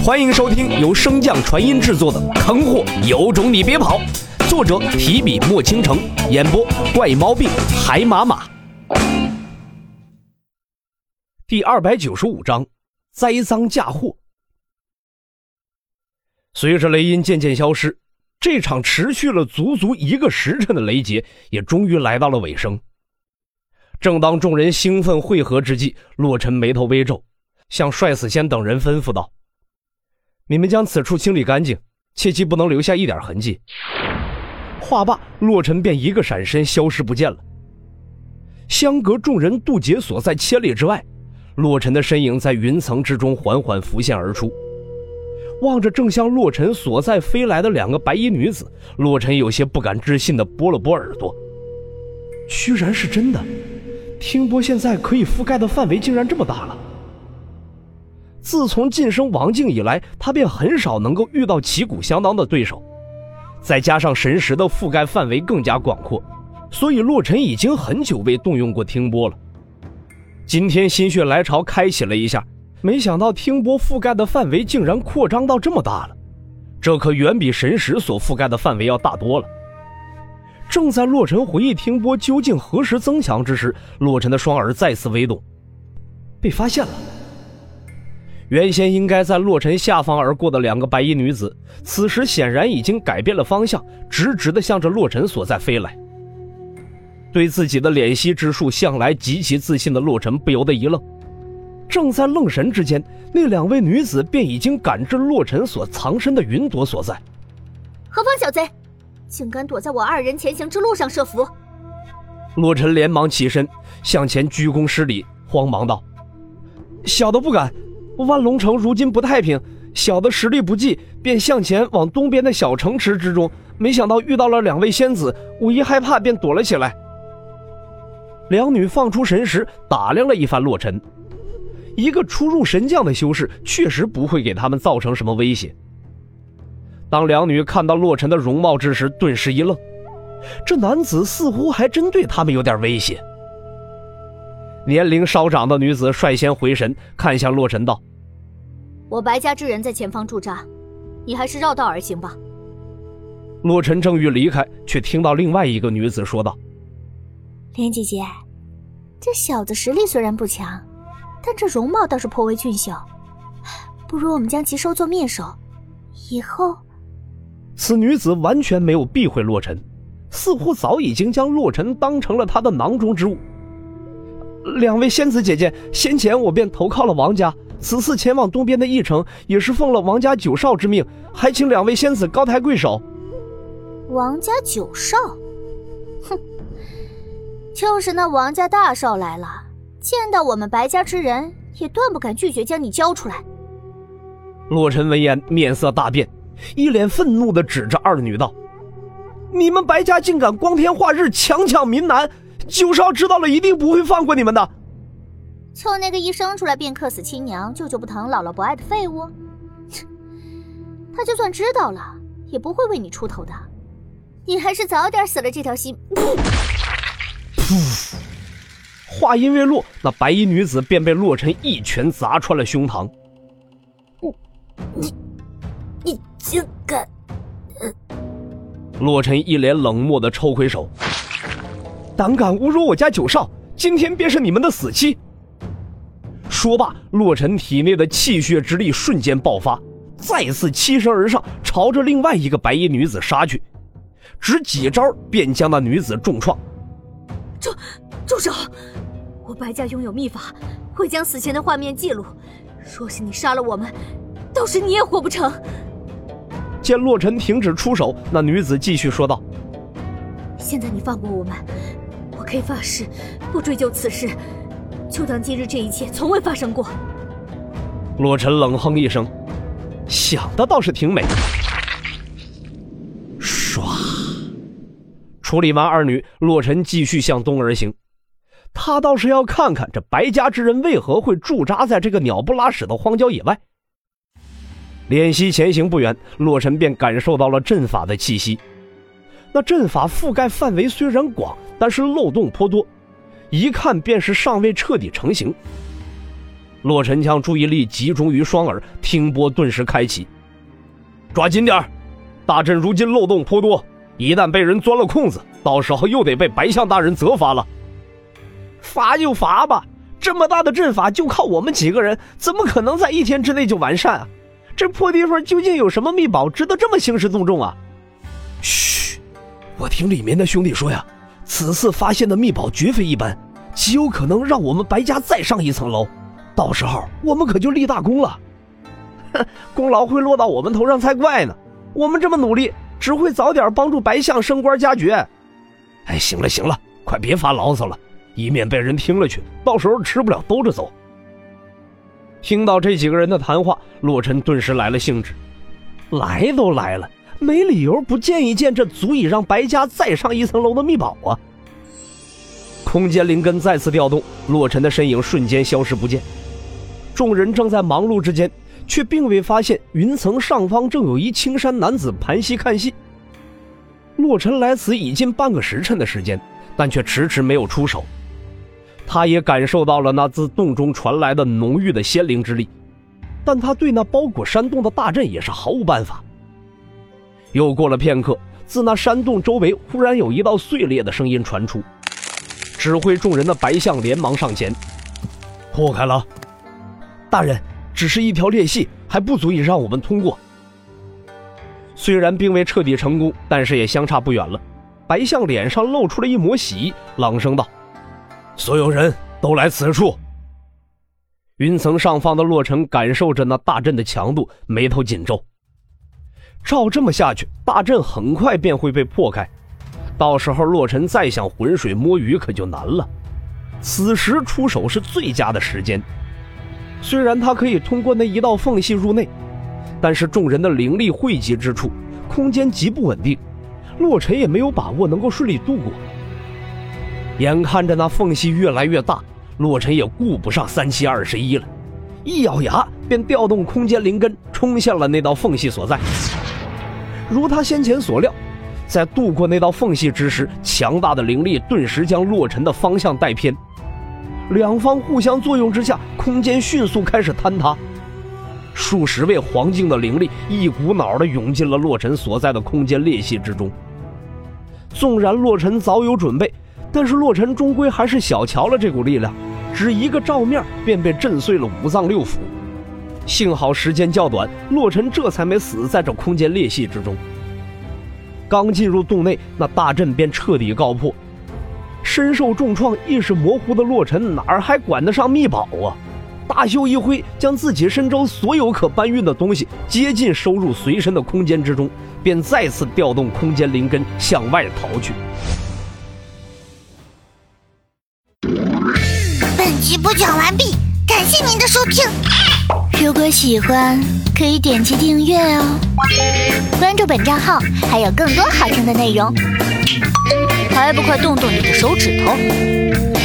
欢迎收听由升降传音制作的《坑货有种你别跑》，作者提笔墨倾城，演播怪毛病海马马。第295章，栽赃嫁祸。随着雷音渐渐消失，这场持续了足足1个时辰的雷劫也终于来到了尾声。正当众人兴奋汇合之际，洛尘眉头微皱，向帅死仙等人吩咐道：你们将此处清理干净，切记不能留下一点痕迹。话罢，洛尘便一个闪身消失不见了。相隔众人渡劫所在千里之外，洛尘的身影在云层之中缓缓浮现而出。望着正向洛尘所在飞来的2个白衣女子，洛尘有些不敢置信地拨了拨耳朵。居然是真的，听波现在可以覆盖的范围竟然这么大了。自从晋升王境以来，他便很少能够遇到旗鼓相当的对手，再加上神识的覆盖范围更加广阔，所以洛尘已经很久未动用过听波了。今天心血来潮开启了一下，没想到听波覆盖的范围竟然扩张到这么大了，这可远比神识所覆盖的范围要大多了。正在洛尘回忆听波究竟何时增强之时，洛尘的双耳再次微动，被发现了。原先应该在洛尘下方而过的2个白衣女子，此时显然已经改变了方向，直直地向着洛尘所在飞来。对自己的敛息之术向来极其自信的洛尘不由得一愣，正在愣神之间，那2位女子便已经赶至洛尘所藏身的云朵所在。 何方小贼，竟敢躲在我2人前行之路上设伏！ 洛尘连忙起身向前鞠躬施礼，慌忙道：小的不敢，万龙城如今不太平，小的实力不济，便向前往东边的小城池之中，没想到遇到了2位仙子，我一害怕便躲了起来。2女放出神识，打量了一番洛尘，一个初入神将的修士确实不会给他们造成什么威胁。当2女看到洛尘的容貌之时，顿时一愣，这男子似乎还真对他们有点威胁。年龄稍长的女子率先回神，看向洛尘道： 我白家之人在前方驻扎，你还是绕道而行吧。 洛尘正欲离开，却听到另外一个女子说道： 莲姐姐，这小子实力虽然不强，但这容貌倒是颇为俊秀，不如我们将其收作面首，以后…… 此女子完全没有避讳洛尘，似乎早已经将洛尘当成了她的囊中之物。2位仙子姐姐，先前我便投靠了王家，此次前往东边的驿城，也是奉了王家9少之命，还请2位仙子高抬贵手。 王家9少？哼，就是那王家大少来了，见到我们白家之人，也断不敢拒绝将你交出来。 洛尘闻言面色大变，一脸愤怒地指着2女道：你们白家竟敢光天化日强抢民男，9少知道了一定不会放过你们的。 就那个一生出来便克死亲娘，舅舅不疼姥姥不爱的废物，他就算知道了也不会为你出头的，你还是早点死了这条心。 噗！话音未落，那白衣女子便被洛尘一拳砸穿了胸膛。 你竟敢！ 洛尘一脸冷漠地抽回手，胆敢侮辱我家9少，今天便是你们的死期。说罢，洛尘体内的气血之力瞬间爆发，再次欺身而上，朝着另外一个白衣女子杀去，只几招便将那女子重创。 住手！我白家拥有秘法，会将死前的画面记录，若是你杀了我们，到时你也活不成。 见洛尘停止出手，那女子继续说道： 现在你放过我们，我可以发誓不追究此事，就当今日这一切从未发生过。 洛尘冷哼一声，想的倒是挺美。唰，处理完2女，洛尘继续向东而行。他倒是要看看这白家之人为何会驻扎在这个鸟不拉屎的荒郊野外。敛息前行不远，洛尘便感受到了阵法的气息。那阵法覆盖范围虽然广，但是漏洞颇多，一看便是尚未彻底成型。 洛尘将注意力集中于双耳，听波顿时开启。抓紧点，大阵如今漏洞颇多，一旦被人钻了空子，到时候又得被白象大人责罚了。 罚就罚吧，这么大的阵法就靠我们几个人，怎么可能在1天之内就完善啊？这破地方究竟有什么秘宝值得这么兴师动众啊？ 嘘，我听里面的兄弟说呀，此次发现的秘宝绝非一般，极有可能让我们白家再上一层楼，到时候我们可就立大功了。 哼，功劳会落到我们头上才怪呢，我们这么努力只会早点帮助白象升官加爵。 哎，行了行了，快别发牢骚了，以免被人听了去，到时候吃不了兜着走。听到这几个人的谈话，洛尘顿时来了兴致。 来都来了，没理由不见一见这足以让白家再上一层楼的秘宝啊！ 空间灵根再次调动，洛尘的身影瞬间消失不见。众人正在忙碌之间，却并未发现云层上方正有一青衫男子盘膝看戏。洛尘来此已近半个时辰的时间，但却迟迟没有出手。他也感受到了那自洞中传来的浓郁的仙灵之力，但他对那包裹山洞的大阵也是毫无办法。又过了片刻，自那山洞周围忽然有一道碎裂的声音传出，指挥众人的白象连忙上前。破开了。大人，只是一条裂隙，还不足以让我们通过。虽然并未彻底成功，但是也相差不远了。白象脸上露出了一抹喜意，朗声道：所有人都来此处。云层上方的洛尘感受着那大阵的强度，眉头紧皱。照这么下去，大阵很快便会被破开，到时候洛尘再想浑水摸鱼可就难了。此时出手是最佳的时间。虽然他可以通过那一道缝隙入内，但是众人的灵力汇集之处，空间极不稳定，洛尘也没有把握能够顺利度过。眼看着那缝隙越来越大，洛尘也顾不上3721了，一咬牙便调动空间灵根冲向了那道缝隙所在。如他先前所料，在渡过那道缝隙之时，强大的灵力顿时将洛尘的方向带偏，两方互相作用之下，空间迅速开始坍塌。数十位黄境的灵力一股脑地涌进了洛尘所在的空间裂隙之中。纵然洛尘早有准备，但是洛尘终归还是小瞧了这股力量，只一个照面便被震碎了五脏六腑。幸好时间较短，洛尘这才没死在这空间裂隙之中。刚进入洞内，那大阵便彻底告破。身受重创、意识模糊的洛尘哪儿还管得上秘宝啊？大袖一挥，将自己身周所有可搬运的东西接近收入随身的空间之中，便再次调动空间灵根向外逃去。 本集播讲完毕，感谢您的收听。如果喜欢，可以点击订阅哦，关注本账号还有更多好听的内容。还不快动动你的手指头！